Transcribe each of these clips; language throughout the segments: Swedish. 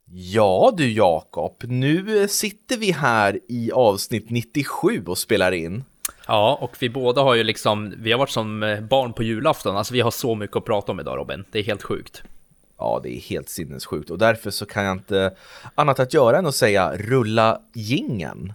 Ja du Jakob, nu sitter vi här i avsnitt 97 och spelar in. Ja, och vi båda har ju vi har varit som barn på julafton. Alltså vi har så mycket att prata om idag, Robin. Det är helt sjukt. Ja, det är helt sinnessjukt och därför så kan jag inte annat att göra än att säga rulla jingeln.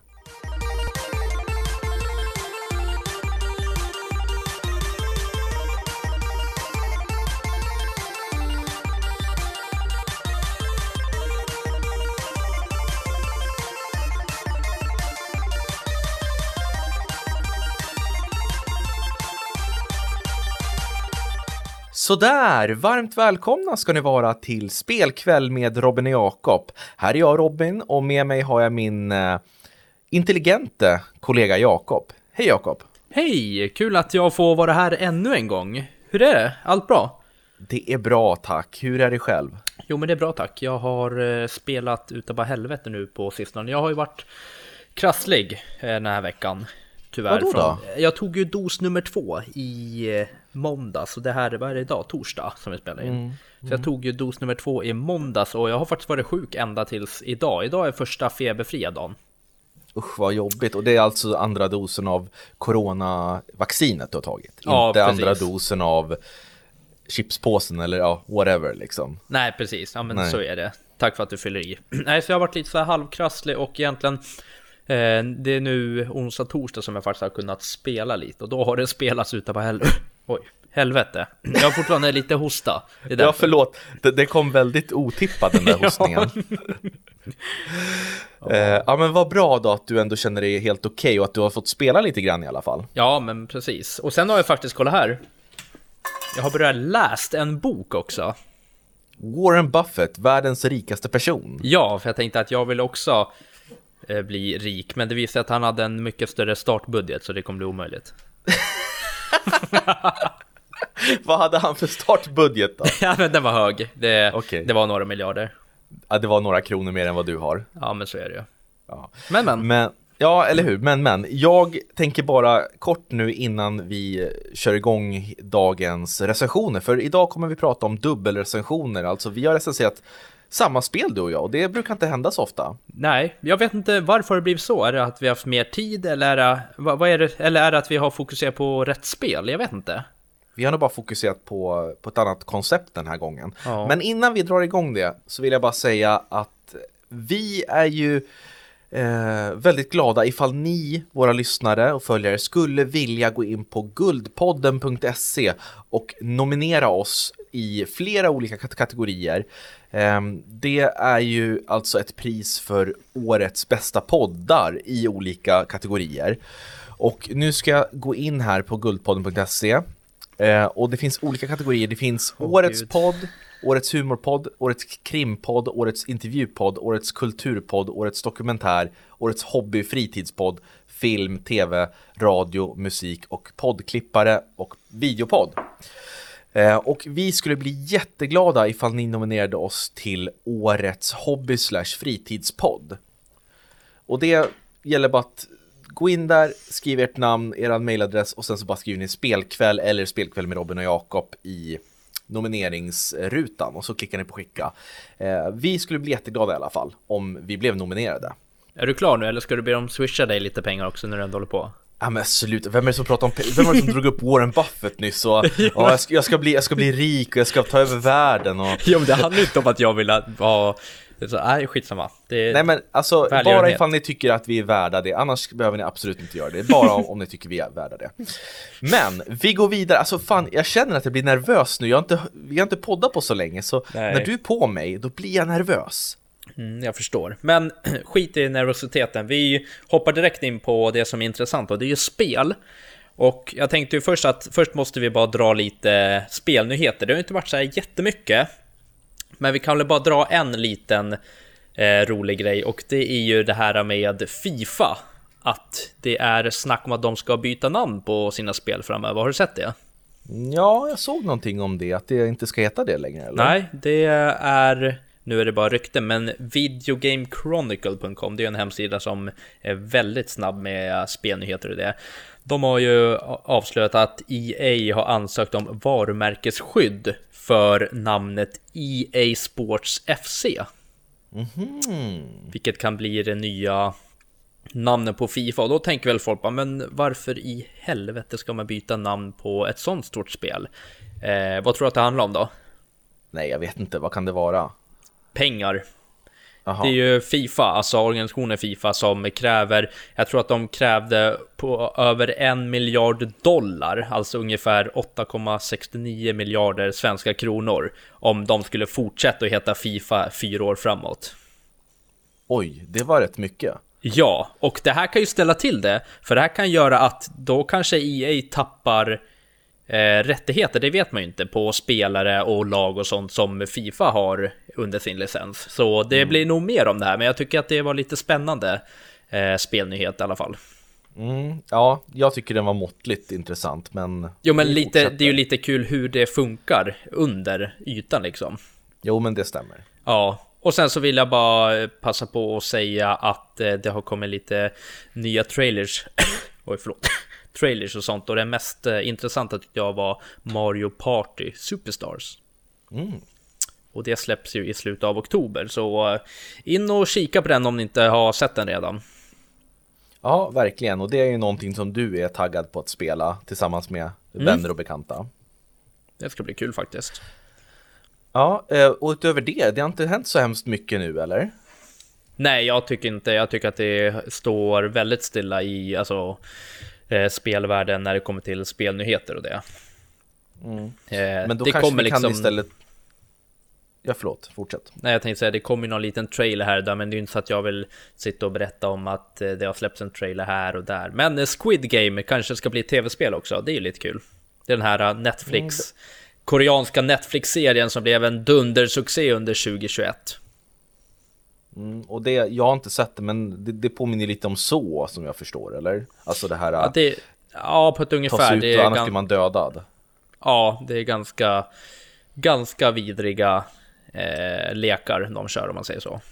Sådär, varmt välkomna ska ni vara till Spelkväll med Robin och Jakob. Här är jag Robin och med mig har jag min intelligente kollega Jakob. Hej Jakob! Hej, kul att jag får vara här ännu en gång. Hur är det? Allt bra? Det är bra tack, hur är det själv? Jo men det är bra tack, jag har spelat utav bara helvete nu på sistone. Jag har ju varit krasslig den här veckan. Tyvärr. Vadå då? Jag tog ju dos nummer 2 i måndags. Och det här var idag, torsdag, som vi spelar in. Så jag tog ju dos nummer 2 i måndags. Och jag har faktiskt varit sjuk ända tills idag. Idag är första feberfria dagen. Usch vad jobbigt. Och det är alltså andra dosen av coronavaccinet du har tagit. Ja, inte precis. andra dosen av chipspåsen eller ja, whatever liksom. Nej, precis. Ja, men Nej. så är det. Tack för att du fyller i. Nej, så jag har varit lite så här halvkrasslig och egentligen... det är nu onsdag, torsdag som jag faktiskt har kunnat spela lite. Och då har det spelats utav helvete. Jag har fortfarande lite hosta. Ja, förlåt. Det kom väldigt otippat den där hostningen. Ja, men vad bra då att du ändå känner dig helt okej och att du har fått spela lite grann i alla fall. Ja, men precis. Och sen har jag faktiskt, kolla här. Jag har börjat läst en bok också. Warren Buffett, världens rikaste person. Ja, för jag tänkte att jag vill också bli rik. Men det visar att han hade en mycket större startbudget, så det kommer bli omöjligt. Vad hade han för startbudget då? Ja, men den var hög. Okej. Det var några miljarder. Ja, det var några kronor mer än vad du har. Ja, men så är det ju. Ja. Men. Ja, eller hur? Men. Jag tänker bara kort nu innan vi kör igång dagens recensioner. För idag kommer vi prata om dubbelrecensioner. Alltså vi har recenserat samma spel du och jag. Och det brukar inte hända så ofta. Nej, jag vet inte varför det blivit så. Är det att vi har haft mer tid? Eller vad är det? Eller är det att vi har fokuserat på rätt spel? Jag vet inte. Vi har nog bara fokuserat på ett annat koncept den här gången. Ja. Men innan vi drar igång det så vill jag bara säga att vi är ju väldigt glada ifall ni, våra lyssnare och följare, skulle vilja gå in på guldpodden.se och nominera oss i flera olika kategorier. Det är ju alltså ett pris för årets bästa poddar i olika kategorier. Och nu ska jag gå in här på guldpodden.se. Och det finns olika kategorier. Det finns årets podd, årets humorpodd, årets krimpodd, årets intervjupodd, årets kulturpodd, årets dokumentär, årets hobby- fritidspodd, film, tv, radio, musik och poddklippare och videopodd. Och vi skulle bli jätteglada ifall ni nominerade oss till årets hobby/fritidspodd. Och det gäller bara att gå in där, skriv ert namn, er mailadress och sen så bara skriver ni spelkväll eller spelkväll med Robin och Jakob i nomineringsrutan och så klickar ni på skicka. Vi skulle bli jätteglada i alla fall om vi blev nominerade. Är du klar nu eller ska du be dem swisha dig lite pengar också när du ändå håller på? Ja men sluta, vem är det som pratar om vem är det som drog upp Warren Buffett nyss och ja, jag ska bli rik och jag ska ta över världen och... Jo, men det handlar inte om att jag vill vara... Nej, skitsamma. Nej men alltså, bara ifall ni tycker att vi är värda det. Annars behöver ni absolut inte göra det. Det är bara om ni tycker vi är värda det. Men vi går vidare. Alltså fan, jag känner att jag blir nervös nu. Vi har inte poddat på så länge. Så när du är på mig, då blir jag nervös. Jag förstår. Men skit i nervositeten. Vi hoppar direkt in på det som är intressant. Och det är ju spel. Och jag tänkte ju först måste vi bara dra lite spelnyheter. Det har inte varit så här jättemycket. Men vi kan väl bara dra en liten rolig grej. Och det är ju det här med FIFA. Att det är snack om att de ska byta namn på sina spel framöver. Har du sett det? Ja, jag såg någonting om det. Att det inte ska heta det längre, eller? Nej, det är... Nu är det bara rykte, men videogamechronicle.com, det är en hemsida som är väldigt snabb med spelnyheter och det. De har ju avslöjat att EA har ansökt om varumärkesskydd för namnet EA Sports FC. Vilket kan bli det nya namnet på FIFA. Och då tänker väl folk, men varför i helvete ska man byta namn på ett sånt stort spel? Vad tror du att det handlar om då? Nej, jag vet inte. Vad kan det vara? Pengar. Aha. Det är ju FIFA, alltså organisationen FIFA, som kräver, jag tror att de krävde på över $1 miljard, alltså ungefär 8,69 miljarder svenska kronor, om de skulle fortsätta att heta FIFA 4 år framåt. Oj, det var rätt mycket. Ja, och det här kan ju ställa till det, för det här kan göra att då kanske EA tappar rättigheter, det vet man ju inte, på spelare och lag och sånt som FIFA har under sin licens. Så det blir nog mer om det här, men jag tycker att det var lite spännande spelnyhet i alla fall. Ja, jag tycker den var måttligt intressant, men... Jo, men det är ju lite kul hur det funkar under ytan liksom. Jo, men det stämmer. Ja, och sen så vill jag bara passa på att säga att det har kommit lite nya trailers. Oj, förlåt. Trailers och sånt, och det mest intressanta tyckte jag var Mario Party Superstars. Och det släpps ju i slutet av oktober, så in och kika på den om ni inte har sett den redan. Ja, verkligen, och det är ju någonting som du är taggad på att spela tillsammans med vänner och bekanta. Det ska bli kul faktiskt. Ja, och utöver det har inte hänt så hemskt mycket nu, eller? Nej, jag tycker inte. Jag tycker att det står väldigt stilla i spelvärlden när det kommer till spelnyheter och det. Men då det kanske kommer vi kan liksom... istället... Ja, förlåt, fortsätt. Nej, jag tänkte säga, det kommer ju någon liten trailer här där, men det är ju inte så att jag vill sitta och berätta om att det har släppts en trailer här och där. Men Squid Game kanske ska bli ett tv-spel också, det är ju lite kul. Det är den här Netflix, koreanska Netflix-serien som blev en dundersuccé under 2021. Och det, jag har inte sett det, men det påminner lite om så, som jag förstår, eller? Alltså det här... Ja, på ett ungefär. Tas ut det är och annars blir man dödad. Ja, det är ganska vidriga lekar de kör, om man säger så.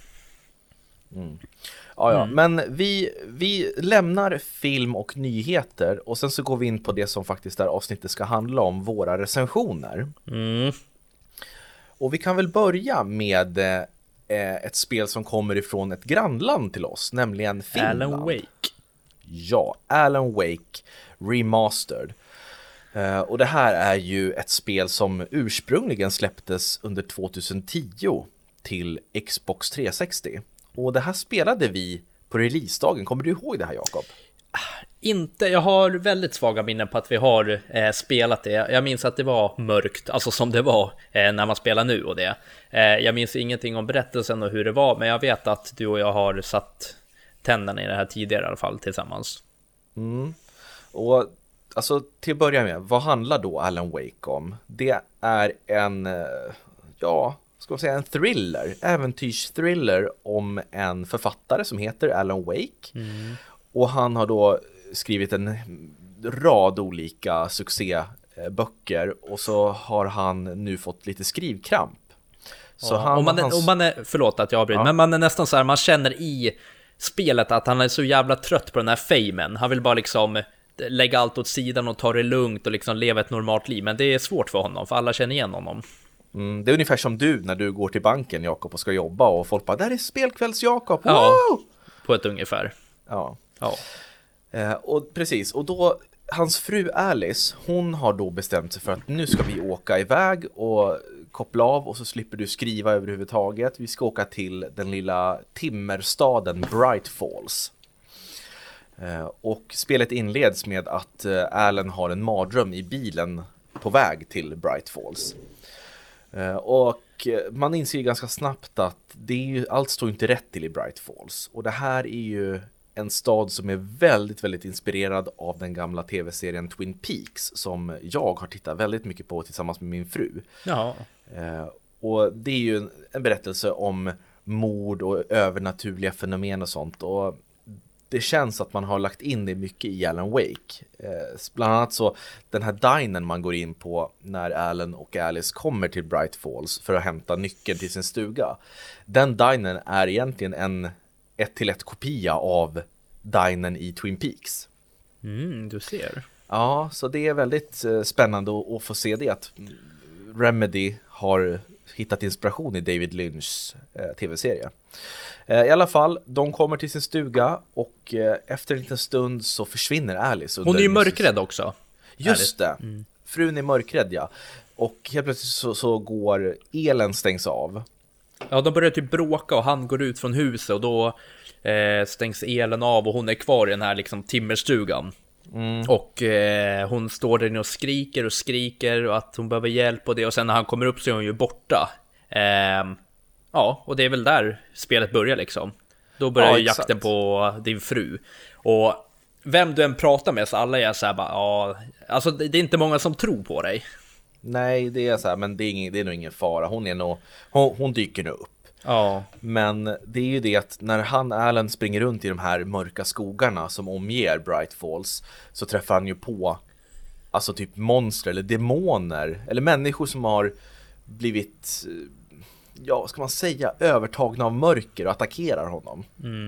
Ja. Men vi lämnar film och nyheter, och sen så går vi in på det som faktiskt det här avsnittet ska handla om, våra recensioner. Och vi kan väl börja med ett spel som kommer ifrån ett grannland till oss, nämligen Finland. Alan Wake. Ja, Alan Wake Remastered. Och det här är ju ett spel som ursprungligen släpptes under 2010 till Xbox 360. Och det här spelade vi på releasedagen. Kommer du ihåg det här, Jakob? Inte, jag har väldigt svaga minnen på att vi har spelat det. Jag minns att det var mörkt, alltså som det var när man spelar nu och det. Jag minns ingenting om berättelsen och hur det var, men jag vet att du och jag har satt tänderna i det här tidigare i alla fall tillsammans. Och alltså till att börja med, vad handlar då Alan Wake om? Det är en, ska man säga, en thriller, äventyrsthriller om en författare som heter Alan Wake. Och han har då skrivit en rad olika succéböcker, och så har han nu fått lite skrivkramp. Så förlåt att jag avbryter, men man är nästan så här, man känner i spelet att han är så jävla trött på den här famen. Han vill bara liksom lägga allt åt sidan och ta det lugnt och liksom leva ett normalt liv, men det är svårt för honom, för alla känner igen honom. Det är ungefär som du när du går till banken, Jakob, och ska jobba, och folk bara, där är spelkvälls Jakob. Ja, på ett ungefär. Ja. Och precis, och då hans fru Alice, hon har då bestämt sig för att nu ska vi åka iväg och koppla av, och så slipper du skriva överhuvudtaget. Vi ska åka till den lilla timmerstaden Bright Falls. Och spelet inleds med att Alan har en mardröm i bilen på väg till Bright Falls. Och man inser ju ganska snabbt att allt står inte rätt till i Bright Falls. Och det här är ju en stad som är väldigt, väldigt inspirerad av den gamla tv-serien Twin Peaks, som jag har tittat väldigt mycket på tillsammans med min fru. Ja. Och det är ju en berättelse om mord och övernaturliga fenomen och sånt. Och det känns att man har lagt in det mycket i Alan Wake. Bland annat så den här dinern man går in på när Alan och Alice kommer till Bright Falls för att hämta nyckeln till sin stuga. Den dinern är egentligen en 1:1 kopia av dinern i Twin Peaks. Du ser. Ja, så det är väldigt spännande att få se det, att Remedy har hittat inspiration i David Lynchs tv-serie. I alla fall, de kommer till sin stuga och efter en liten stund så försvinner Alice. Hon är ju mörkrädd också. Just det, frun är mörkrädd, ja. Och helt plötsligt så går elen stängs av. Ja, de börjar typ bråka och han går ut från huset och då stängs elen av och hon är kvar i den här liksom timmerstugan. Och hon står där inne och skriker och att hon behöver hjälp och det. Och sen när han kommer upp så är hon ju borta. Ja, och det är väl där spelet börjar liksom. Då börjar jakten på din fru. Och vem du än pratar med så alla är så här bara, ja, alltså det är inte många som tror på dig. Nej, det är så här, men det är nog ingen fara. Hon dyker nog upp. Ja. Men det är ju det att när Alan springer runt i de här mörka skogarna som omger Bright Falls, så träffar han ju på alltså typ monster eller demoner eller människor som har blivit, ja, ska man säga, övertagna av mörker och attackerar honom.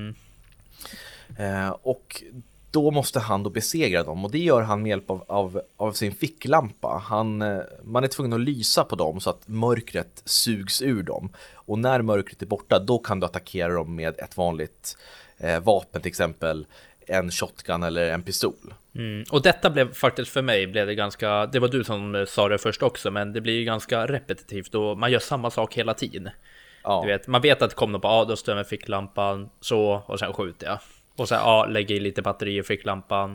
Och då måste han då besegra dem, och det gör han med hjälp av sin ficklampa. Man är tvungen att lysa på dem så att mörkret sugs ur dem. Och när mörkret är borta, då kan du attackera dem med ett vanligt vapen, till exempel en shotgun eller en pistol. Och detta blev faktiskt för mig, det var du som sa det först också, men det blir ju ganska repetitivt och man gör samma sak hela tiden. Ja. Du vet, man vet att det kommer på, då står jag med ficklampan så, och sen skjuter jag. Och så lägger i lite batteri i ficklampan.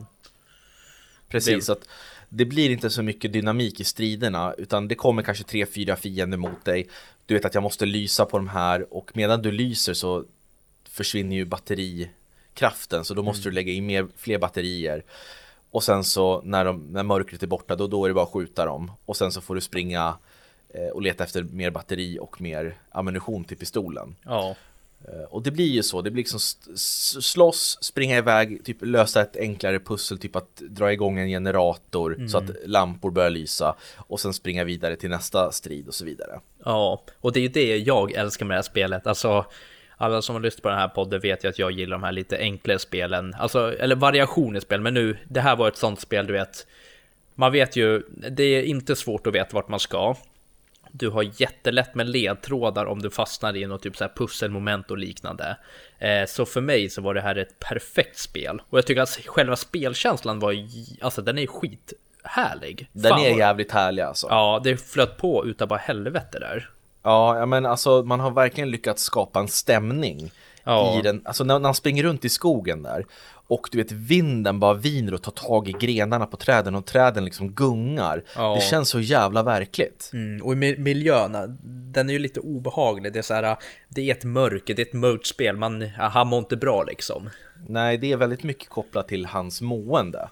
Precis, att det blir inte så mycket dynamik i striderna, utan det kommer kanske 3-4 fiender mot dig. Du vet att jag måste lysa på de här, och medan du lyser så försvinner ju batterikraften, så då måste du lägga i fler batterier. Och sen så när mörkret är borta, då är det bara att skjuta dem. Och sen så får du springa och leta efter mer batteri och mer ammunition till pistolen. Ja. Och det blir ju så, det blir liksom slåss, springa iväg, typ lösa ett enklare pussel, typ att dra igång en generator så att lampor börjar lysa, och sen springa vidare till nästa strid och så vidare. Ja, och det är ju det jag älskar med det här spelet. Alltså, alla som har lyssnat på den här podden vet ju att jag gillar de här lite enklare spelen, alltså, eller variation i spel. Men nu, det här var ett sånt spel, du vet, man vet ju, det är inte svårt att veta vart man ska. Du har jättelätt med ledtrådar om du fastnar i något typ så här pusselmoment och liknande. Så för mig så var det här ett perfekt spel. Och jag tycker att själva spelkänslan alltså den är skithärlig. Den är jävligt härlig alltså. Ja, det flöt på utav bara helvete där. Ja, men alltså man har verkligen lyckats skapa en stämning i den. Alltså när han springer runt i skogen där, och du vet, vinden bara viner och tar tag i grenarna på träden, och träden liksom gungar. Det känns så jävla verkligt. Och i miljön, den är ju lite obehaglig. Det är så här, det är ett mörker, det är ett mörkt spel. Han mår inte bra liksom. Nej, det är väldigt mycket kopplat till hans mående.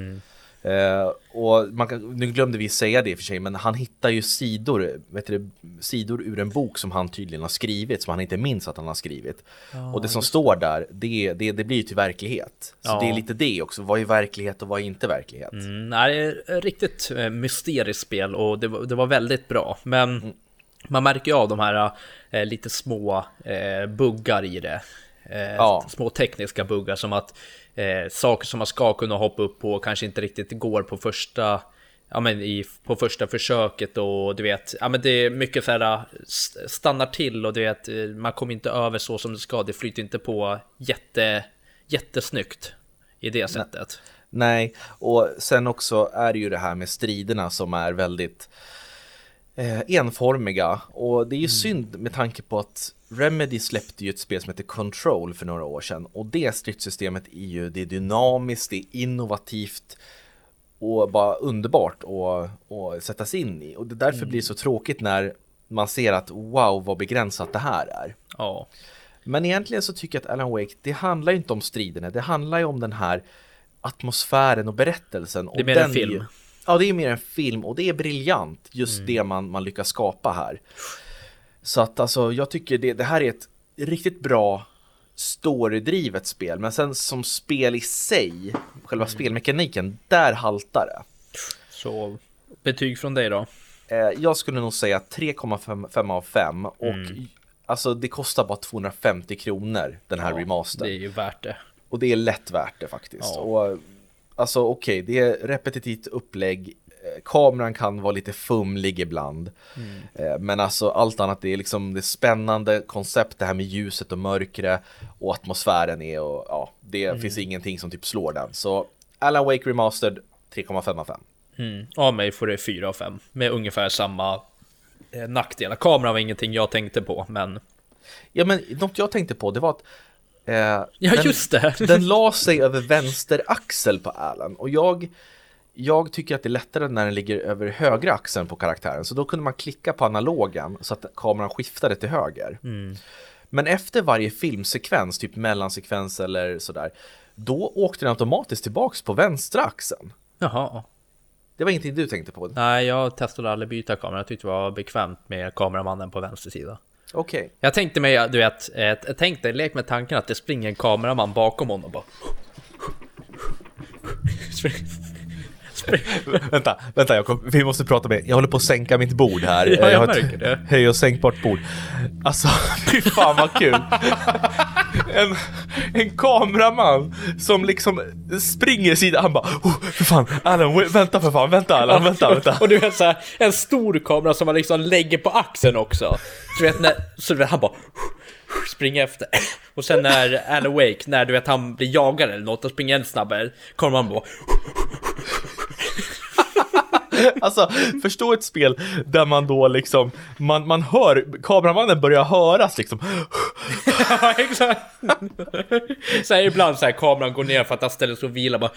Och nu glömde vi säga det för sig, men han hittar ju sidor ur en bok som han tydligen har skrivit, som han inte minns att han har skrivit. Och det som står där, det blir ju till verklighet. Så det är lite det också, vad är verklighet och vad är inte verklighet? Nej, det är ett riktigt mysteriskt spel, och det var väldigt bra. Men man märker ju av de här lite små buggar i det. Små tekniska buggar, som att saker som man ska kunna hoppa upp på kanske inte riktigt går på på första försöket, och du vet, det är mycket så här, stannar till, och du vet, man kommer inte över så som det ska, det flyter inte på jättesnyggt i det sättet. Nej, och sen också är det ju det här med striderna som är väldigt enformiga, och det är ju synd med tanke på att Remedy släppte ju ett spel som heter Control för några år sedan, och det stridssystemet det är dynamiskt, det är innovativt och bara underbart att sätta sig in i, och det därför blir det så tråkigt när man ser att wow, vad begränsat det här är. Ja. Men egentligen så tycker jag att Alan Wake, det handlar ju inte om striderna, det handlar ju om den här atmosfären och berättelsen. Det är mer en film. Ja, det är mer en film, och det är briljant just det man lyckas skapa här. Så att alltså, jag tycker det här är ett riktigt bra storydrivet spel, men sen som spel i sig, själva spelmekaniken, där haltar det. Så betyg från dig då? Jag skulle nog säga 3,5 av 5, och alltså det kostar bara 250 kronor den här remastern. Det är ju värt det. Och det är lätt värt det faktiskt. Och alltså okej, det är repetitivt upplägg, Kameran kan vara lite fumlig ibland. Men alltså allt annat, det är liksom det spännande koncept, det här med ljuset och mörkret och atmosfären är, och ja, det finns ingenting som typ slår den. Så Alan Wake Remastered 3,5 av 5. Av mig får det 4 av 5 med ungefär samma nackdelar. Kameran var ingenting jag tänkte på, men... Ja, men något jag tänkte på, det var att just det. Den la sig över vänster axel på Alan. Och jag tycker att det är lättare när den ligger över högra axeln på karaktären. Så då kunde man klicka på analogen så att kameran skiftade till höger. Men efter varje filmsekvens, typ mellansekvens eller sådär, då åkte den automatiskt tillbaks på vänstra axeln. Jaha. Det var ingenting du tänkte på? Nej, jag testade aldrig byta kamera. Jag tyckte det var bekvämt med kameramannen på vänster sida. Okej. Jag tänkte mig, du vet, jag tänkte, lek med tanken att det springer en kameraman bakom honom och bara... Vänta Jakob, vi måste prata med. Jag håller på att sänka mitt bord här. Ja, jag har märker det. Höj- och sänkbart bord. Alltså, fy fan vad kul. En kameraman som liksom springer sidan. Han bara, för fan, Alan, vänta för fan, vänta Alan, vänta. Och du vet så här, en stor kamera som man liksom lägger på axeln också. Så du vet, han bara springer efter. Och sen när Alan Wake, när du vet han blir jagad eller något och springer ännu snabbare, kommer man bara... Alltså, förstå ett spel där man då liksom man hör, kameramannen börjar höras liksom. Ja, exakt. Så här, ibland så här, kameran går ner för att han ställer sig och vilar bara.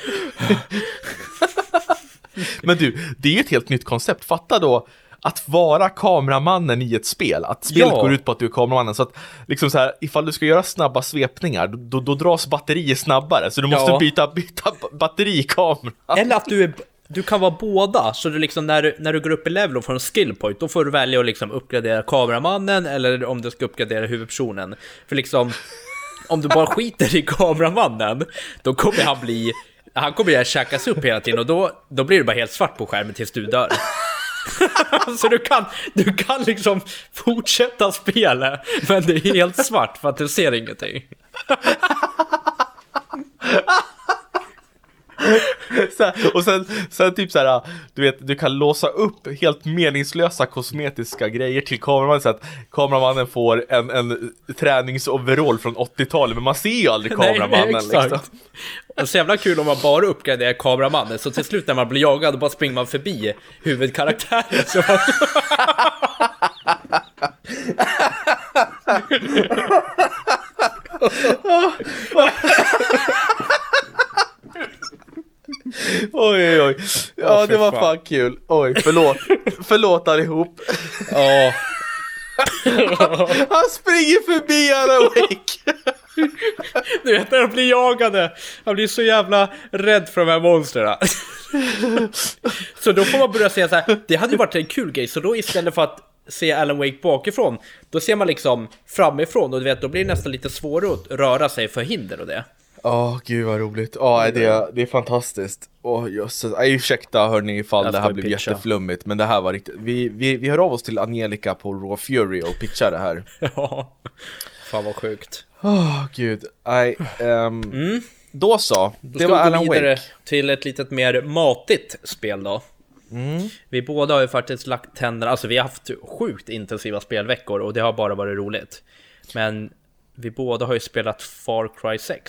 Men du, det är ju ett helt nytt koncept. Fatta då att vara kameramannen i ett spel. Att spelet går ut på att du är kameramannen. Så att liksom så här, ifall du ska göra snabba svepningar, då dras batterier snabbare. Så du måste byta batteri i kameran. Eller att du kan vara båda. Så du liksom, när du går upp i level och får en skill point, då får du välja att liksom uppgradera kameramannen eller om du ska uppgradera huvudpersonen. För liksom, om du bara skiter i kameramannen, då kommer han kommer att käkas upp hela tiden. Och då blir det bara helt svart på skärmen tills du dör. Så du kan liksom fortsätta spela, men det är helt svart för att du ser ingenting. Och sen typ så här, du vet, du kan låsa upp helt meningslösa kosmetiska grejer till kameramannen, så att kameramannen får en träningsoverall från 80-talet, men man ser ju aldrig kameramannen. Nej, exakt. Liksom. Och så jävla kul om man bara uppgraderar kameramannen, så till slut när man blir jagad och bara springer man förbi huvudkaraktären. Så man... Oj. Ja, det var fan kul. Oj, förlåt allihop. Ja. Han springer förbi Alan Wake. Du vet när de blir jagade, han blir så jävla rädd för de här monsterna. Så då får man börja säga så här, det hade ju varit en kul grej. Så då istället för att se Alan Wake bakifrån, då ser man liksom framifrån. Och du vet, då blir det nästan lite svårare att röra sig för hinder och det. Gud vad roligt. Det är fantastiskt. Jösses. Ursäkta hörni ifall det här blev jätteflummigt, men det här var riktigt. Vi hör av oss till Angelica på Raw Fury och pitchar det här. Ja. Fan vad sjukt. Gud. Då så. Då det var Alan vidare Wake till ett litet mer matigt spel då. Vi båda har ju faktiskt lagt tänderna, alltså vi har haft sjukt intensiva spelveckor och det har bara varit roligt. Men vi båda har ju spelat Far Cry 6.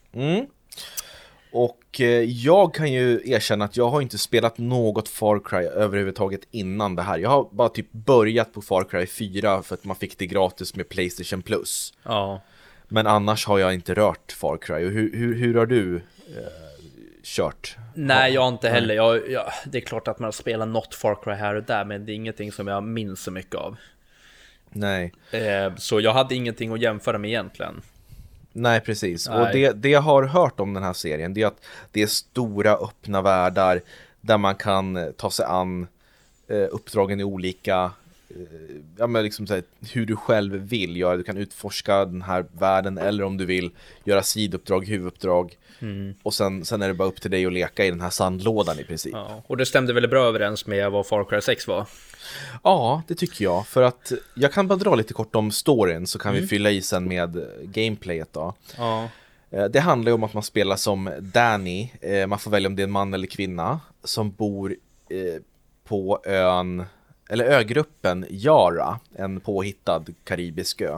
Och jag kan ju erkänna att jag har inte spelat något Far Cry överhuvudtaget innan det här. Jag har bara typ börjat på Far Cry 4 för att man fick det gratis med PlayStation Plus. Ja. Men annars har jag inte rört Far Cry. Och hur har du kört? Nej, jag har inte heller. Det är klart att man spelar något Far Cry här och där, men det är ingenting som jag minns så mycket av. Nej. Så jag hade ingenting att jämföra med egentligen. Nej, precis. Nej. Och det jag har hört om den här serien, det är att det är stora öppna världar där man kan ta sig an uppdragen i olika men liksom så här, hur du själv vill göra. Du kan utforska den här världen eller om du vill göra sidouppdrag, huvuduppdrag. Och sen är det bara upp till dig att leka i den här sandlådan i princip. Ja, och det stämde väl bra överens med vad Far Cry 6 var? Ja, det tycker jag. För att jag kan bara dra lite kort om storyn så kan vi fylla i sen med gameplayet då. Ja. Det handlar ju om att man spelar som Danny. Man får välja om det är en man eller kvinna som bor på ön, eller ögruppen Yara, en påhittad karibisk ö.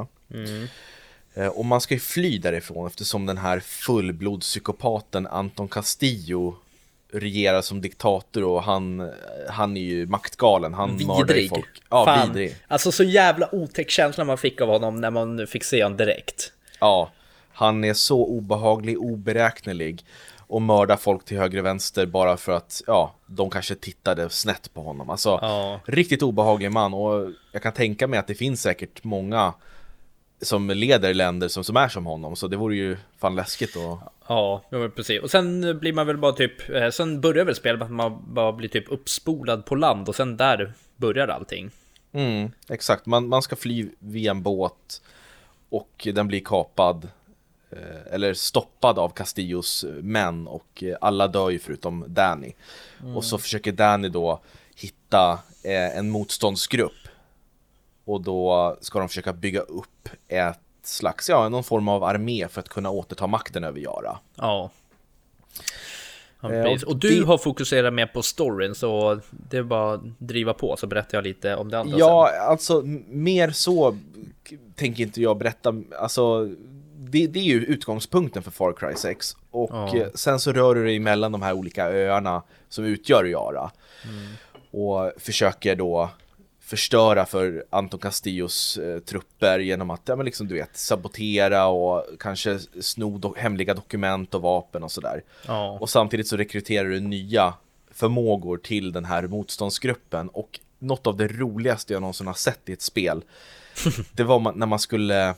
Och man ska ju fly därifrån eftersom den här fullblodspsykopaten Anton Castillo regerar som diktator, och han är ju maktgalen. Han mördar ju folk. Ja, fan. Vidrig. Alltså så jävla otäck känsla man fick av honom när man fick se honom direkt. Ja, han är så obehaglig, oberäknelig och mördar folk till höger och vänster bara för att de kanske tittade snett på honom. Alltså, riktigt obehaglig man, och jag kan tänka mig att det finns säkert många som leder länder som är som honom, så det vore ju fan läskigt. Ja, precis. Och sen blir man väl bara typ, sen börjar väl spelet att man bara blir typ uppspolad på land, och sen där börjar allting. Exakt, man ska fly via en båt och den blir kapad eller stoppad av Castillos män, och alla dör ju förutom Danny. Och så försöker Danny då hitta en motståndsgrupp, och då ska de försöka bygga upp ett slags, någon form av armé för att kunna återta makten över Yara. Ja, precis. Och du har fokuserat mer på storyn, så det är bara att driva på, så berättar jag lite om det andra sen. Alltså mer så tänker inte jag berätta. Alltså det är ju utgångspunkten för Far Cry 6. Och sen så rör du dig mellan de här olika öarna som utgör Yara. Och försöker då förstöra för Anton Castillos trupper genom att liksom, du vet, sabotera och kanske sno hemliga dokument och vapen och sådär. Och samtidigt så rekryterar du nya förmågor till den här motståndsgruppen. Och något av det roligaste jag någonsin har sett i ett spel, det var när man skulle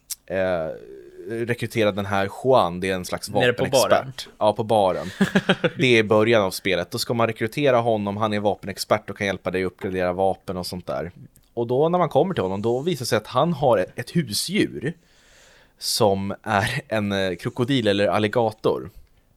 rekrytera den här Juan, det är en slags vapenexpert. Ja, på baren. Det är början av spelet. Då ska man rekrytera honom, han är vapenexpert och kan hjälpa dig att uppgradera vapen och sånt där. Och då när man kommer till honom, då visar det sig att han har ett husdjur som är en krokodil eller alligator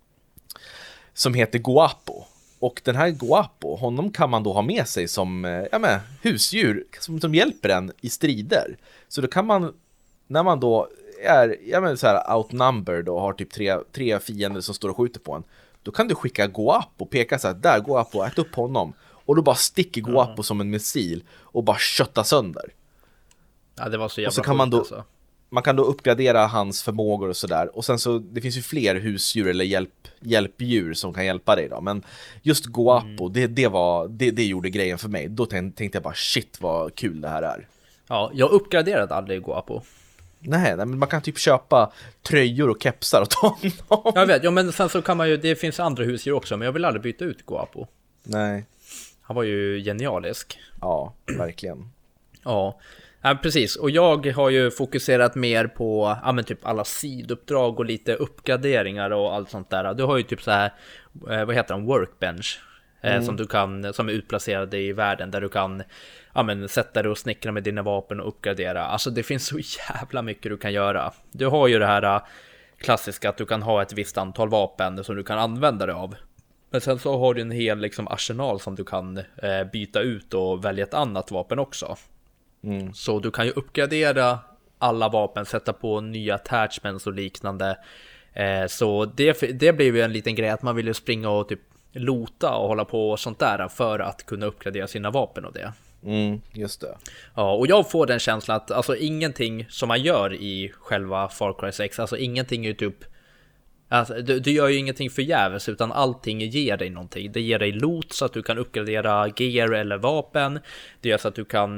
som heter Guapo. Och den här Guapo, honom kan man då ha med sig som husdjur som hjälper en i strider. Så då kan man, när man då är så här outnumbered och har typ tre fiender som står och skjuter på en, då kan du skicka Guapo och peka så här, där Guapo, ät upp honom. Och då bara sticker Guapo som en missil och bara köttar sönder. Ja, det var så jävla och så kan sjukt, man kan då uppgradera hans förmågor och sådär. Och sen så, det finns ju fler husdjur eller hjälpdjur som kan hjälpa dig då. Men just Guapo, det gjorde grejen för mig. Då tänkte jag bara, shit vad kul det här är. Ja, jag uppgraderade aldrig Guapo. Nej, men man kan typ köpa tröjor och kepsar åt honom. Jag vet, men sen så kan man ju, det finns andra husdjur också, men jag vill aldrig byta ut Guapo. Nej. Han var ju genialisk. Ja, verkligen. Ja, precis. Och jag har ju fokuserat mer på typ alla siduppdrag och lite uppgraderingar och allt sånt där. Du har ju typ så här, vad heter de, workbench som är utplacerade i världen, där du kan sätta dig och snickra med dina vapen och uppgradera. Alltså det finns så jävla mycket du kan göra. Du har ju det här klassiska att du kan ha ett visst antal vapen som du kan använda dig av. Men sen så har du en hel liksom arsenal som du kan byta ut och välja ett annat vapen också. Så du kan ju uppgradera alla vapen, sätta på nya attachments och liknande. Så det blev ju en liten grej att man ville springa och typ lota och hålla på och sånt där för att kunna uppgradera sina vapen och det. Just det. Ja, och jag får den känslan att alltså ingenting som man gör i själva Far Cry 6, alltså ingenting är ju typ, alltså, du gör ju ingenting förgäves, utan allting ger dig någonting. Det ger dig loot så att du kan uppgradera gear eller vapen. Det gör så att du kan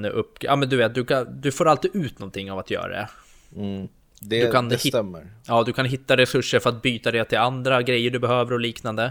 du får alltid ut någonting av att göra det. Det stämmer. Ja, du kan hitta resurser för att byta det till andra grejer du behöver och liknande.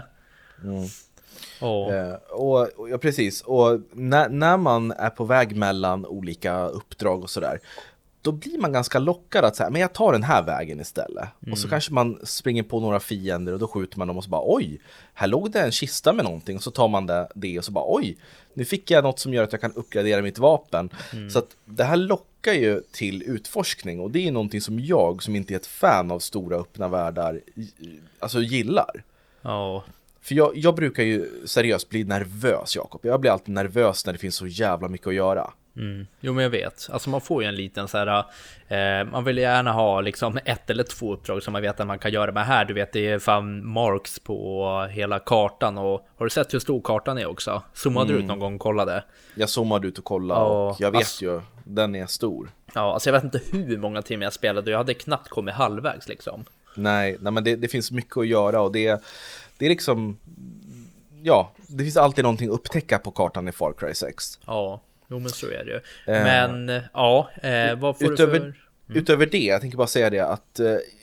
Och precis. Och när man är på väg mellan olika uppdrag och sådär, då blir man ganska lockad att säga, men jag tar den här vägen istället. Och så kanske man springer på några fiender och då skjuter man dem och så bara, oj, här låg det en kista med någonting. Och så tar man det och så bara, oj, nu fick jag något som gör att jag kan uppgradera mitt vapen. Så att det här lockar ju till utforskning, och det är någonting som jag, som inte är ett fan av stora öppna världar, alltså gillar. För jag brukar ju seriöst bli nervös, Jakob. Jag blir alltid nervös när det finns så jävla mycket att göra. Jo, men jag vet. Alltså man får ju en liten så här, man vill gärna ha liksom 1 eller 2 uppdrag som man vet att man kan göra. Men här, du vet, det är fan marks på hela kartan. Och har du sett hur stor kartan är också? Zoomade du ut någon gång och kollade? Jag zoomade ut och kollade och jag vet ju, den är stor. Ja, alltså jag vet inte hur många timmar jag spelade. Jag hade knappt kommit halvvägs liksom. Nej, men det finns mycket att göra och det är liksom, ja, det finns alltid någonting att upptäcka på kartan i Far Cry 6. Ja, jo men så är det ju. Men, ja, vad får utöver, du för... Utöver det, jag tänker bara säga det, att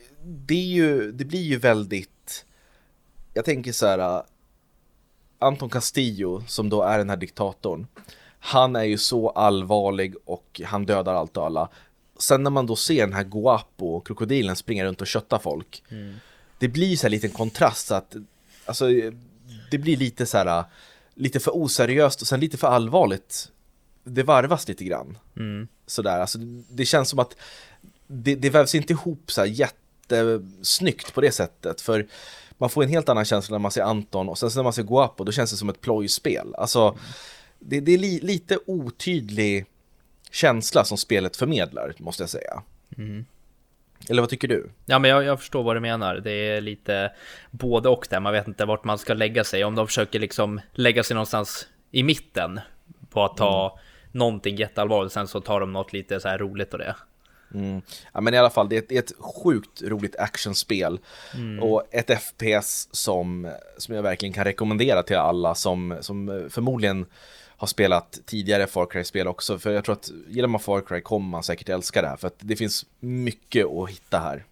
det blir ju väldigt, jag tänker så här, Anton Castillo, som då är den här diktatorn, han är ju så allvarlig och han dödar allt och alla. Sen när man då ser den här Guapo, krokodilen, springa runt och kötta folk, det blir så här liten kontrast, att alltså, det blir lite så här, lite för oseriöst och sen lite för allvarligt. Det varvas lite grann. Sådär, alltså, det känns som att det vävs inte ihop så här jättesnyggt på det sättet, för man får en helt annan känsla när man ser Anton, och sen när man ser Guapo, då känns det som ett plojspel. Alltså, det är lite otydlig känsla som spelet förmedlar, måste jag säga. Eller vad tycker du? Ja, men jag förstår vad du menar. Det är lite både och där. Man vet inte vart man ska lägga sig. Om de försöker liksom lägga sig någonstans i mitten på att ta någonting jätteallvarligt, sen så tar de något lite så här roligt och det. Ja, men i alla fall, det är ett sjukt roligt actionspel och ett FPS som jag verkligen kan rekommendera till alla som förmodligen har spelat tidigare Far Cry-spel också, för jag tror att gillar man Far Cry kommer man säkert älska det här, för att det finns mycket att hitta här.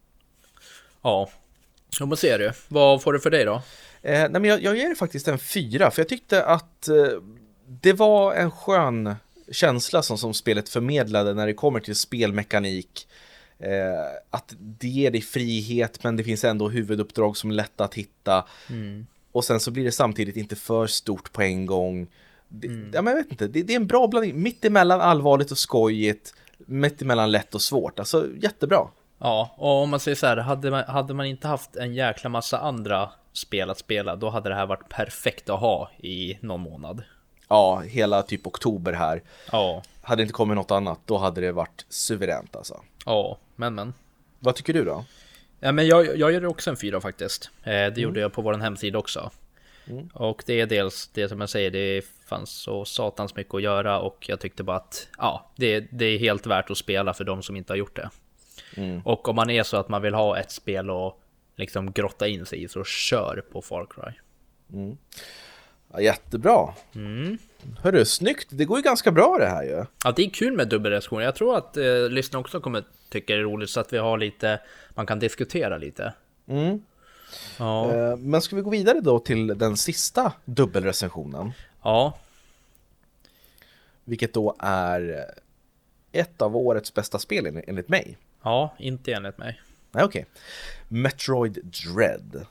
Ja, jag måste se det. Vad får du för dig då? Nej, men jag ger det faktiskt en 4, för jag tyckte att det var en skön känsla som spelet förmedlade när det kommer till spelmekanik. Att det ger dig frihet, men det finns ändå huvuduppdrag som är lätta att hitta. Och sen så blir det samtidigt inte för stort på en gång. Ja, men jag vet inte, det är en bra blandning. Mitt emellan allvarligt och skojigt, mitt emellan lätt och svårt. Alltså jättebra. Ja, och om man säger så här, hade man inte haft en jäkla massa andra spel att spela, då hade det här varit perfekt att ha i någon månad. Ja, hela typ oktober här. Ja. Hade det inte kommit något annat, då hade det varit suveränt alltså. Ja, men. Vad tycker du då? Ja, men jag gör också en 4 faktiskt. Det gjorde jag på vår hemsida också. Och det är dels det som jag säger, det fanns så satans mycket att göra, och jag tyckte bara att ja, det är helt värt att spela för de som inte har gjort det. Och om man är så att man vill ha ett spel och liksom grotta in sig i, så kör på Far Cry. Ja, jättebra. Hörru, snyggt. Det går ju ganska bra det här ju. Ja, det är kul med dubbelrecensioner. Jag tror att lyssnarna också kommer tycka det är roligt, så att vi har lite, man kan diskutera lite. Ja. Men ska vi gå vidare då till den sista dubbelrecensionen? Ja. Vilket då är ett av årets bästa spel enligt mig. Ja, inte enligt mig. Nej, okej. Metroid Dread.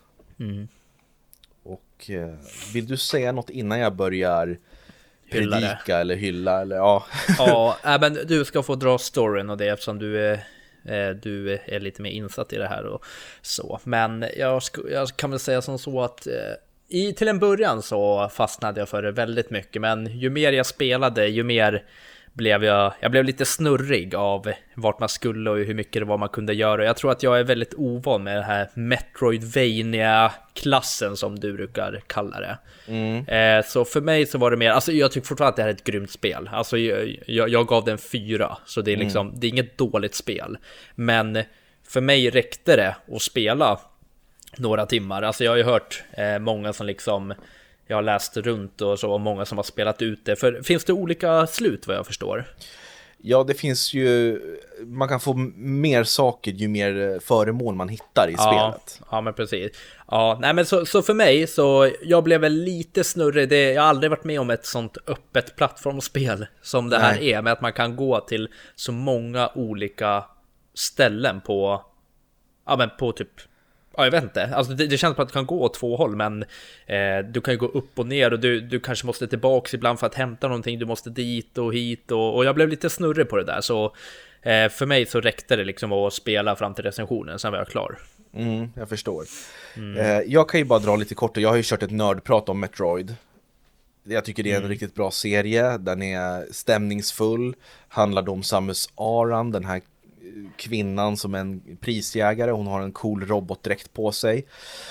Och vill du säga något innan jag börjar predika eller hylla? Eller, ja. Ja, men du ska få dra storyn och det, eftersom du är lite mer insatt i det här och så. Men jag kan väl säga som så att till en början så fastnade jag för det väldigt mycket, men ju mer jag spelade, ju mer blev jag blev lite snurrig av vart man skulle och hur mycket det var man kunde göra. Jag tror att jag är väldigt ovan med den här Metroidvania-klassen som du brukar kalla det. Så för mig så var det mer, alltså jag tycker fortfarande att det här är ett grymt spel. Alltså jag gav den 4, så det är liksom, det är inget dåligt spel. Men för mig räckte det att spela några timmar. Alltså jag har ju hört många som liksom, jag har läst runt och så, och många som har spelat ut det. För finns det olika slut vad jag förstår? Ja, det finns ju, man kan få mer saker ju mer föremål man hittar i spelet. Ja, men precis. Ja, nej, men så för mig, så jag blev väl lite snurrig. Jag har aldrig varit med om ett sånt öppet plattformsspel som det här är, med att man kan gå till så många olika ställen på typ, ja, jag vet inte. Alltså det känns som att du kan gå åt 2 håll, men du kan ju gå upp och ner, och du kanske måste tillbaka ibland för att hämta någonting. Du måste dit och hit, och jag blev lite snurrig på det där. Så för mig så räckte det liksom att spela fram till recensionen, sen var jag klar. Jag förstår. Jag kan ju bara dra lite kort, och jag har ju kört ett nördprat om Metroid. Jag tycker det är en riktigt bra serie. Den är stämningsfull. Handlar om Samus Aran, den här kvinnan som är en prisjägare. Hon har en cool robotdräkt på sig.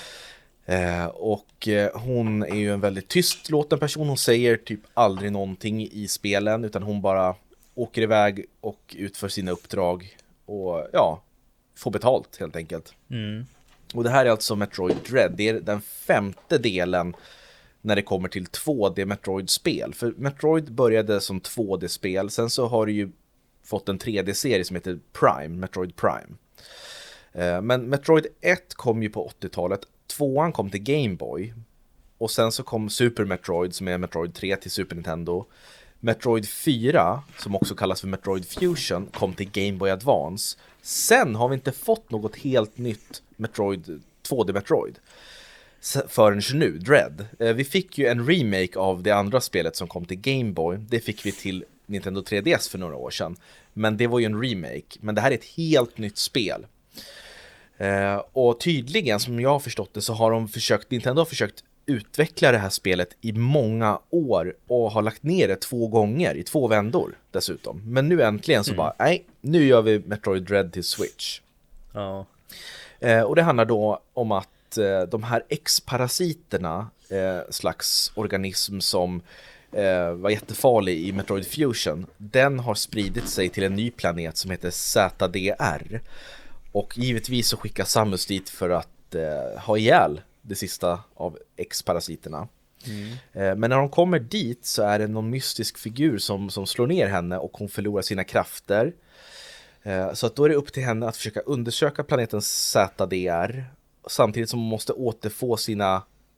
Och hon är ju en väldigt tystlåten person. Hon säger typ aldrig någonting i spelen, utan hon bara åker iväg och utför sina uppdrag och ja, får betalt helt enkelt. Och det här är alltså Metroid Dread. Det är den 5:e delen när det kommer till 2D Metroid-spel. För Metroid började som 2D-spel. Sen så har det ju fått en 3D-serie som heter Prime, Metroid Prime. Men Metroid 1 kom ju på 80-talet. 2:an kom till Game Boy. Och sen så kom Super Metroid, som är Metroid 3, till Super Nintendo. Metroid 4, som också kallas för Metroid Fusion, kom till Game Boy Advance. Sen har vi inte fått något helt nytt Metroid, 2D Metroid, förrän nu, Dread. Vi fick ju en remake av det andra spelet som kom till Game Boy. Det fick vi till Nintendo 3DS för några år sedan. Men det var ju en remake. Men det här är ett helt nytt spel. Och tydligen, som jag har förstått det, så har Nintendo har försökt utveckla det här spelet i många år och har lagt ner det 2 gånger i 2 vändor dessutom. Men nu äntligen så bara, nej, nu gör vi Metroid Dread till Switch. Ja. Och det handlar då om att de här X-parasiterna, slags organism som var jättefarlig i Metroid Fusion, den har spridit sig till en ny planet som heter ZDR. Och givetvis så skickar Samus dit för att ha ihjäl det sista av X-parasiterna. Men när de kommer dit så är det någon mystisk figur som slår ner henne och hon förlorar sina krafter. Så att då är det upp till henne att försöka undersöka planeten ZDR, samtidigt som hon måste återfå sina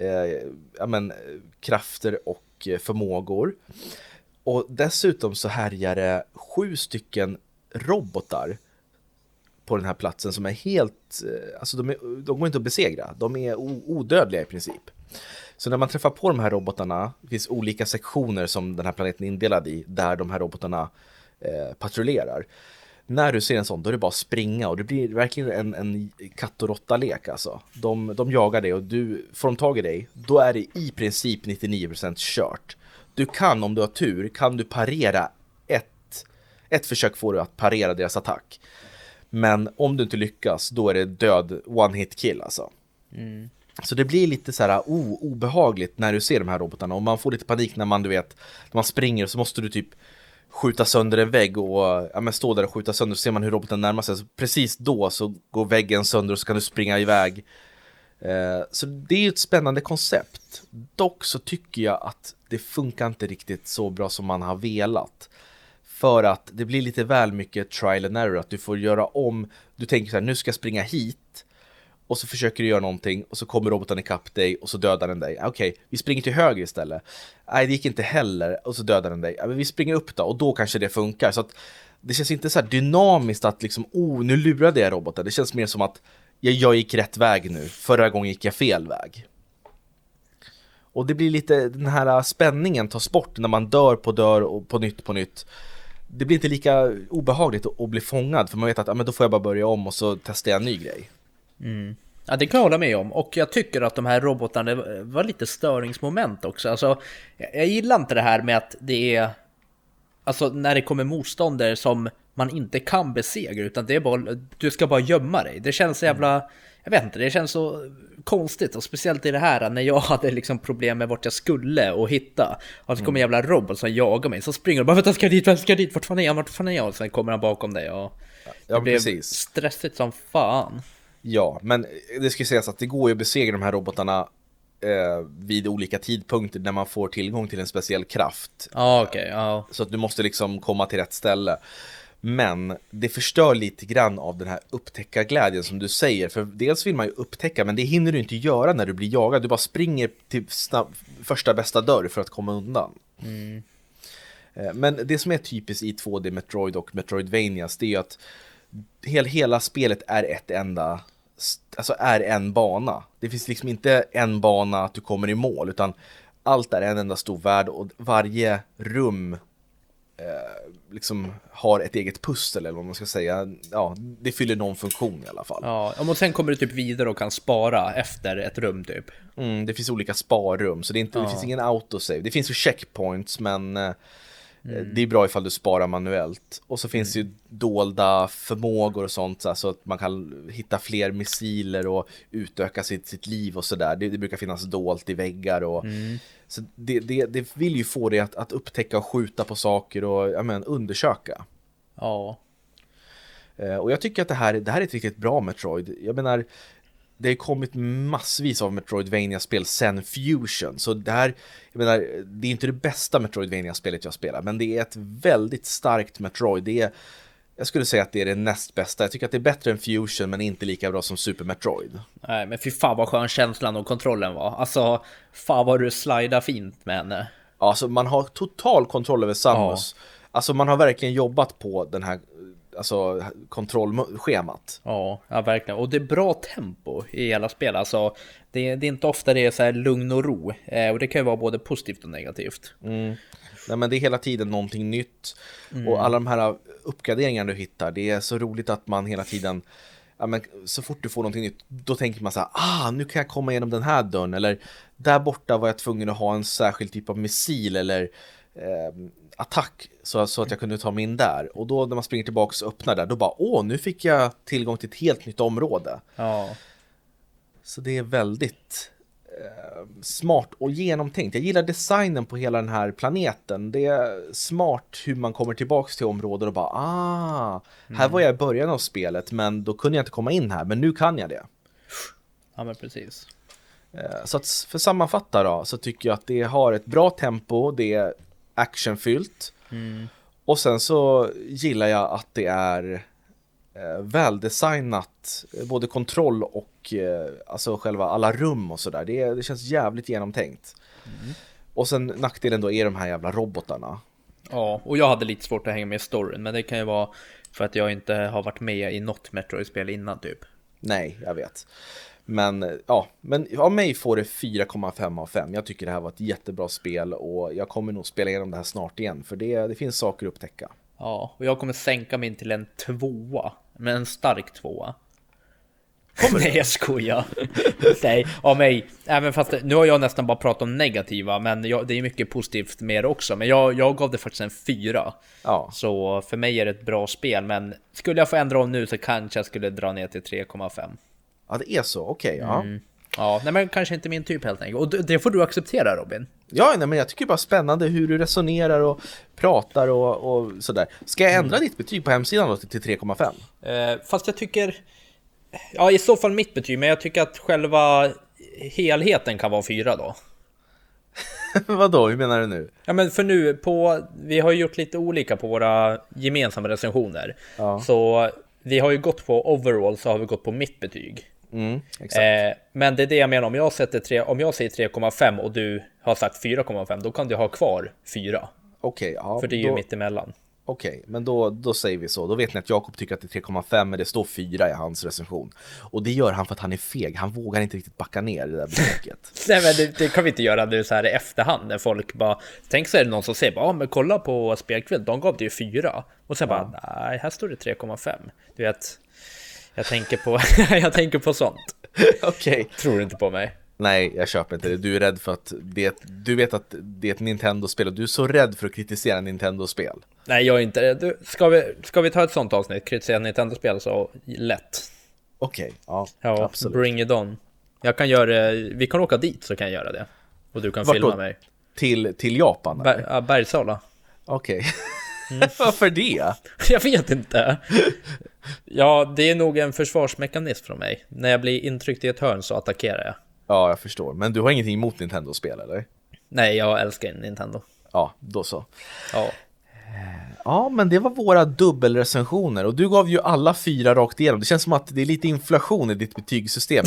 krafter och förmågor. Och dessutom så härjar det 7 stycken robotar på den här platsen som är helt, alltså de går inte att besegra. De är odödliga i princip. Så när man träffar på de här robotarna, det finns olika sektioner som den här planeten är indelad i, där de här robotarna patrullerar. När du ser en sån, då är det bara springa, och det blir verkligen en katt- och råtta-lek alltså. De jagar dig, och får de tag i dig, då är det i princip 99% kört. Du kan, om du har tur, kan du parera ett försök, får du att parera deras attack. Men om du inte lyckas, då är det död, one hit kill alltså. Så det blir lite så här obehagligt när du ser de här robotarna, och man får lite panik när när man springer, så måste du typ skjuta sönder en vägg och stå där och skjuta sönder, så ser man hur roboten närmar sig. Så precis då så går väggen sönder och så kan du springa iväg. Så det är ju ett spännande koncept. Dock så tycker jag att det funkar inte riktigt så bra som man har velat. För att det blir lite väl mycket trial and error, att du får göra om. Du tänker så här, nu ska jag springa hit, och så försöker du göra någonting, och så kommer roboten ikapp dig och så dödar den dig. Okej, vi springer till höger istället. Nej, det gick inte heller, och så dödar den dig. Men vi springer upp då, och då kanske det funkar. Så att det känns inte så här dynamiskt att liksom, nu lurade jag roboten. Det känns mer som att jag gick rätt väg nu. Förra gången gick jag fel väg. Och det blir lite, den här spänningen tas bort när man dör och på nytt. Det blir inte lika obehagligt att bli fångad, för man vet att då får jag bara börja om och så testar jag en ny grej. Ja, det kan jag hålla med om. Och jag tycker att de här robotarna var lite störningsmoment också. Alltså, jag gillar inte det här med att det är, alltså när det kommer motståndare som man inte kan besegra, utan det är bara, du ska bara gömma dig. Det känns så jävla, jag vet inte, det känns så konstigt. Och speciellt i det här när jag hade liksom problem med vart jag skulle och hitta. Och så kommer en jävla robot som jagar mig, så springer de bara, vänta, ska jag dit, vart fan är jag? Och sen kommer han bakom dig och det blev precis stressigt som fan. Ja, men det ska sägas att det går ju att besegra de här robotarna vid olika tidpunkter när man får tillgång till en speciell kraft. Så att du måste liksom komma till rätt ställe. Men det förstör lite grann av den här upptäckarglädjen som du säger. För dels vill man ju upptäcka, men det hinner du inte göra när du blir jagad. Du bara springer till första bästa dörr för att komma undan. Men det som är typiskt i 2D Metroid och Metroidvanias, det är ju att hela spelet är en bana. Det finns liksom inte en bana att du kommer i mål, utan allt är en enda stor värld, och varje rum liksom har ett eget pussel eller vad man ska säga. Ja, det fyller någon funktion i alla fall. Ja, och sen kommer du typ vidare och kan spara efter ett rum typ. Det finns olika sparrum, så det finns ingen autosave. Det finns ju checkpoints, men det är bra ifall du sparar manuellt. Och så finns det ju dolda förmågor och sånt, så att man kan hitta fler missiler och utöka sitt liv och sådär. Det brukar finnas dolt i väggar och så det vill ju få dig att upptäcka och skjuta på saker och undersöka. Ja. Och jag tycker att det här är ett riktigt bra Metroid. Jag menar, det har kommit massvis av Metroidvania-spel sen Fusion. Så det här, jag menar, det är inte det bästa Metroidvania-spelet jag spelar, men det är ett väldigt starkt Metroid. Jag skulle säga att det är det näst bästa. Jag tycker att det är bättre än Fusion, men inte lika bra som Super Metroid. Nej, men fy fan vad skön känslan och kontrollen var. Alltså, fan vad du slidar fint med henne. Alltså, man har total kontroll över Samus. Ja. Alltså, man har verkligen jobbat på den här kontrollschemat. Ja, verkligen. Och det är bra tempo i hela spel. Alltså, det är inte ofta det är så här lugn och ro. Och det kan ju vara både positivt och negativt. Nej, men det är hela tiden någonting nytt. Och alla de här uppgraderingarna du hittar, det är så roligt att man hela tiden, men så fort du får någonting nytt, då tänker man så här, nu kan jag komma igenom den här dörren, eller där borta var jag tvungen att ha en särskild typ av missil eller attack så att jag kunde ta mig in där. Och då när man springer tillbaka och öppnar där, då bara, nu fick jag tillgång till ett helt nytt område. Ja. Så det är väldigt smart och genomtänkt. Jag gillar designen på hela den här planeten. Det är smart hur man kommer tillbaka till områden och bara, här var jag i början av spelet, men då kunde jag inte komma in här, men nu kan jag det. Ja, men precis. Så att för sammanfatta då, så tycker jag att det har ett bra tempo, det är actionfyllt. Och sen så gillar jag att det är väldesignat, både kontroll och alltså själva alla rum och sådär. Det känns jävligt genomtänkt. Och sen nackdelen då är de här jävla robotarna. Ja, och jag hade lite svårt att hänga med i storyn, men det kan ju vara för att jag inte har varit med i något Metroid-spel innan typ. Nej, jag vet. Men av mig får det 4,5 av 5. Jag tycker det här var ett jättebra spel och jag kommer nog spela igenom det här snart igen, för det finns saker att upptäcka. Ja, och jag kommer sänka min till en 2, men en stark 2. Nej, jag skojar. Nej, av mig. Även fast nu har jag nästan bara pratat om negativa, men det är mycket positivt med det också. Men jag gav det faktiskt en 4. Ja. Så för mig är det ett bra spel, men skulle jag få ändra om nu så kanske jag skulle dra ner till 3,5. Ja, det är så. Okej, ja. Ja, nej, men kanske inte min typ helt enkelt. Och det får du acceptera, Robin. Ja, nej, men jag tycker bara spännande hur du resonerar och pratar och sådär. Ska jag ändra ditt betyg på hemsidan då till 3,5? Fast jag tycker, ja, i så fall mitt betyg, men jag tycker att själva helheten kan vara 4 då. Vadå, hur menar du nu? Ja, men för nu vi har ju gjort lite olika på våra gemensamma recensioner. Ja. Så vi har ju gått på overall, så har vi gått på mitt betyg. Exakt. Men det är det jag menar, om jag säger 3,5 och du har sagt 4,5, då kan du ha kvar 4. Okej, ja. För det är ju mitt emellan. Okej, men då säger vi så. Då vet ni att Jakob tycker att det är 3,5, men det står 4 i hans recension. Och det gör han för att han är feg. Han vågar inte riktigt backa ner det där betyget. Nej, men det kan vi inte göra nu så här i efterhand, när folk bara, tänk så är det någon som säger, men kolla på Spelkväll, de gav det ju 4. Och sen bara, nej, här står det 3,5. Du vet, jag tänker på sånt. Okej. Tror du inte på mig? Nej, jag köper inte det. Du är rädd för att du vet att det är ett Nintendo-spel och du är så rädd för att kritisera Nintendo-spel. Nej, jag är inte rädd. Ska vi ta ett sånt avsnitt? Kritisera Nintendo-spel, så lätt. Okej, ja, absolut. Bring it on. Jag kan göra, vi kan åka dit så kan jag göra det. Och du kan filma mig. Till Japan? Bergsala. Okej. Varför det? Jag vet inte. Ja, det är nog en försvarsmekanism från mig. När jag blir intryckt i ett hörn så attackerar jag. Ja, jag förstår. Men du har ingenting emot Nintendo-spel, eller? Nej, jag älskar Nintendo. Ja, då så. Ja. Ja, men det var våra dubbelrecensioner. Och du gav ju alla 4 rakt igenom. Det känns som att det är lite inflation i ditt betygssystem.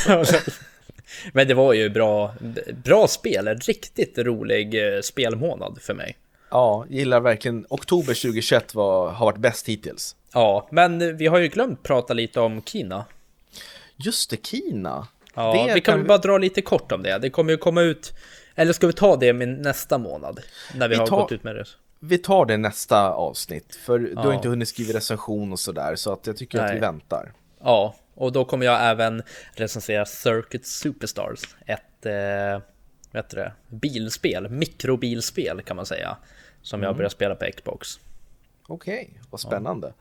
Men det var ju bra spel. En riktigt rolig spelmånad för mig. Ja, gillar verkligen. Oktober 2021 har varit bäst hittills. Ja, men vi har ju glömt prata lite om Kina. Just det, Kina. Ja, vi kan bara dra lite kort om det. Det kommer ju komma ut, eller ska vi ta det med nästa månad? När vi har gått ut med det. vi tar det nästa avsnitt. För du har Ja. inte hunnit skriva recension och sådär. Så att jag tycker att vi Nej. väntar. Ja, och då kommer jag även recensera Circuit Superstars. Ett vad heter det? Bilspel, mikrobilspel kan man säga. Som jag börjar spela på Xbox. Okej, vad spännande.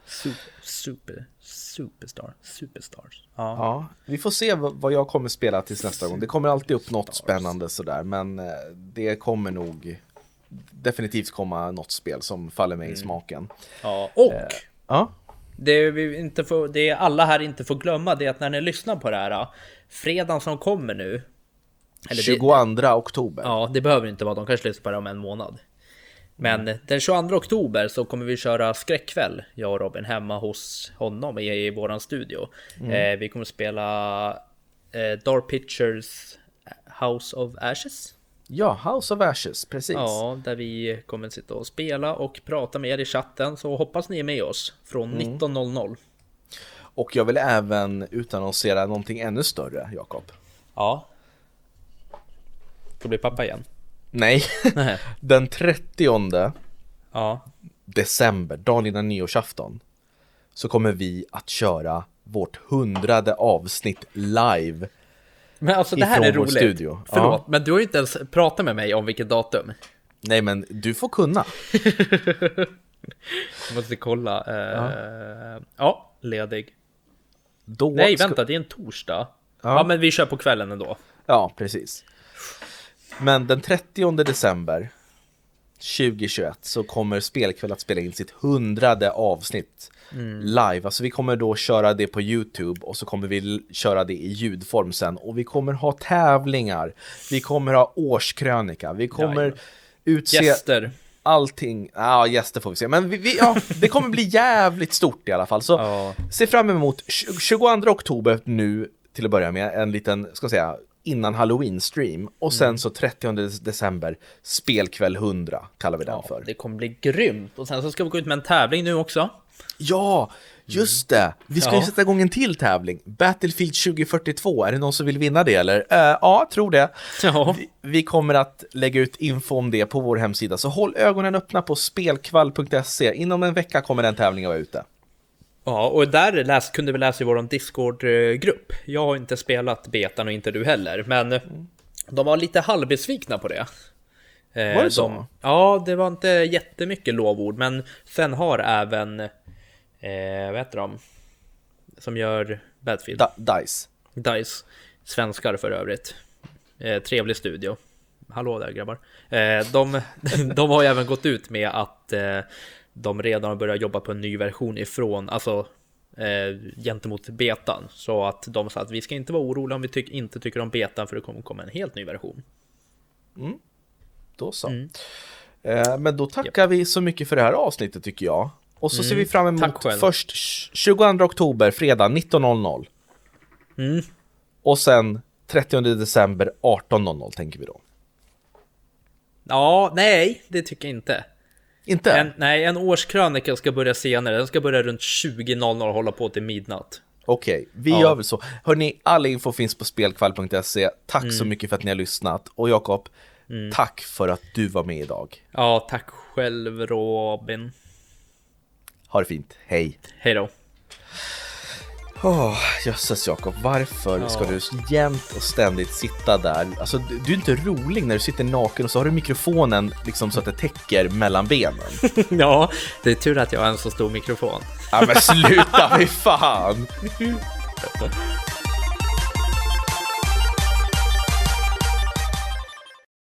Superstars. Ja. Ja, vi får se vad jag kommer spela tills nästa gång. Det kommer alltid upp något spännande sådär. Men det kommer nog definitivt komma något spel som faller mig i smaken. Ja, och Ja, det alla här inte får glömma, det är att när ni lyssnar på det här, fredagen som kommer nu, eller 22 oktober. ja, det behöver inte vara, de kanske lyssnar på det om en månad. Men den 22 oktober så kommer vi köra skräckkväll, jag och Robin, hemma hos honom i våran studio. Vi kommer spela Dark Pictures House of Ashes. Ja, House of Ashes, precis. Ja, där vi kommer sitta och spela och prata med er i chatten. Så hoppas ni är med oss från 19.00. Och jag vill även utannonsera någonting ännu större, Jakob. Ja. Får bli pappa igen. Nej, Nej. den 30 Ja. december, dagen innan nyårsafton, så kommer vi att köra vårt 100:e avsnitt live. Men alltså det här är Ifrån vår roligt. studio. Förlåt, Ja. men du har ju inte ens pratat med mig om vilket datum. Nej, men du får kunna. Jag måste kolla. Ja, ledig. Då Nej, vänta, det är en torsdag. Ja, men vi kör på kvällen ändå. Ja, precis. Men den 30 december 2021 så kommer Spelkväll att spela in sitt 100:e avsnitt live. Alltså vi kommer då köra det på YouTube och så kommer vi köra det i ljudform sen. Och vi kommer ha tävlingar, vi kommer ha årskrönika, vi kommer utse Gäster. allting. Ja, gäster får vi se. Men det kommer bli jävligt stort i alla fall. Så Ja. se fram emot 22 oktober nu till att börja med. En liten, ska jag säga, innan Halloween-stream. Och sen så 30 december, Spelkväll 100 kallar vi den för. Det kommer bli grymt. Och sen så ska vi gå ut med en tävling nu också. Ja, just det. Vi ska ju Ja. sätta igång en till tävling. Battlefield 2042. Är det någon som vill vinna det eller? Ja, tror det. Ja. Vi kommer att lägga ut info om det på vår hemsida. Så håll ögonen öppna på spelkvall.se. Inom en vecka kommer den tävlingen vara ute. Ja, och där kunde vi läsa i vår Discord-grupp. Jag har inte spelat betan och inte du heller. Men de var lite halvbesvikna på det. Var det så? Ja, det var inte jättemycket lovord. Men sen har även, vad heter de? Som gör Battlefield. DICE. DICE. Svenskar för övrigt. Trevlig studio. Hallå där grabbar. De har ju även gått ut med att de redan har börjat jobba på en ny version ifrån, alltså gentemot betan. Så att de sa att vi ska inte vara oroliga om vi inte tycker om betan, för det kommer komma en helt ny version. Då så. Men då tackar vi så mycket för det här avsnittet tycker jag. Och så ser vi fram emot Tack själv. först 22 oktober, fredag 19.00. Och sen 30 december 18.00 tänker vi då. Ja, nej, det tycker jag inte. Inte? En årskrönika ska börja senare. Den ska börja runt 20.00 och hålla på till midnatt. Okej, vi gör väl så. Hörrni, all info finns på spelkvall.se. Tack så mycket för att ni har lyssnat. Och Jakob, tack för att du var med idag. Ja, tack själv Robin. Ha det fint, hej. Hej då. Jösses Jakob, varför ska du jämt och ständigt sitta där? Alltså, du är inte rolig när du sitter naken och så har du mikrofonen liksom så att det täcker mellan benen. Ja, det är tur att jag har en så stor mikrofon. Ja men sluta, fy fan!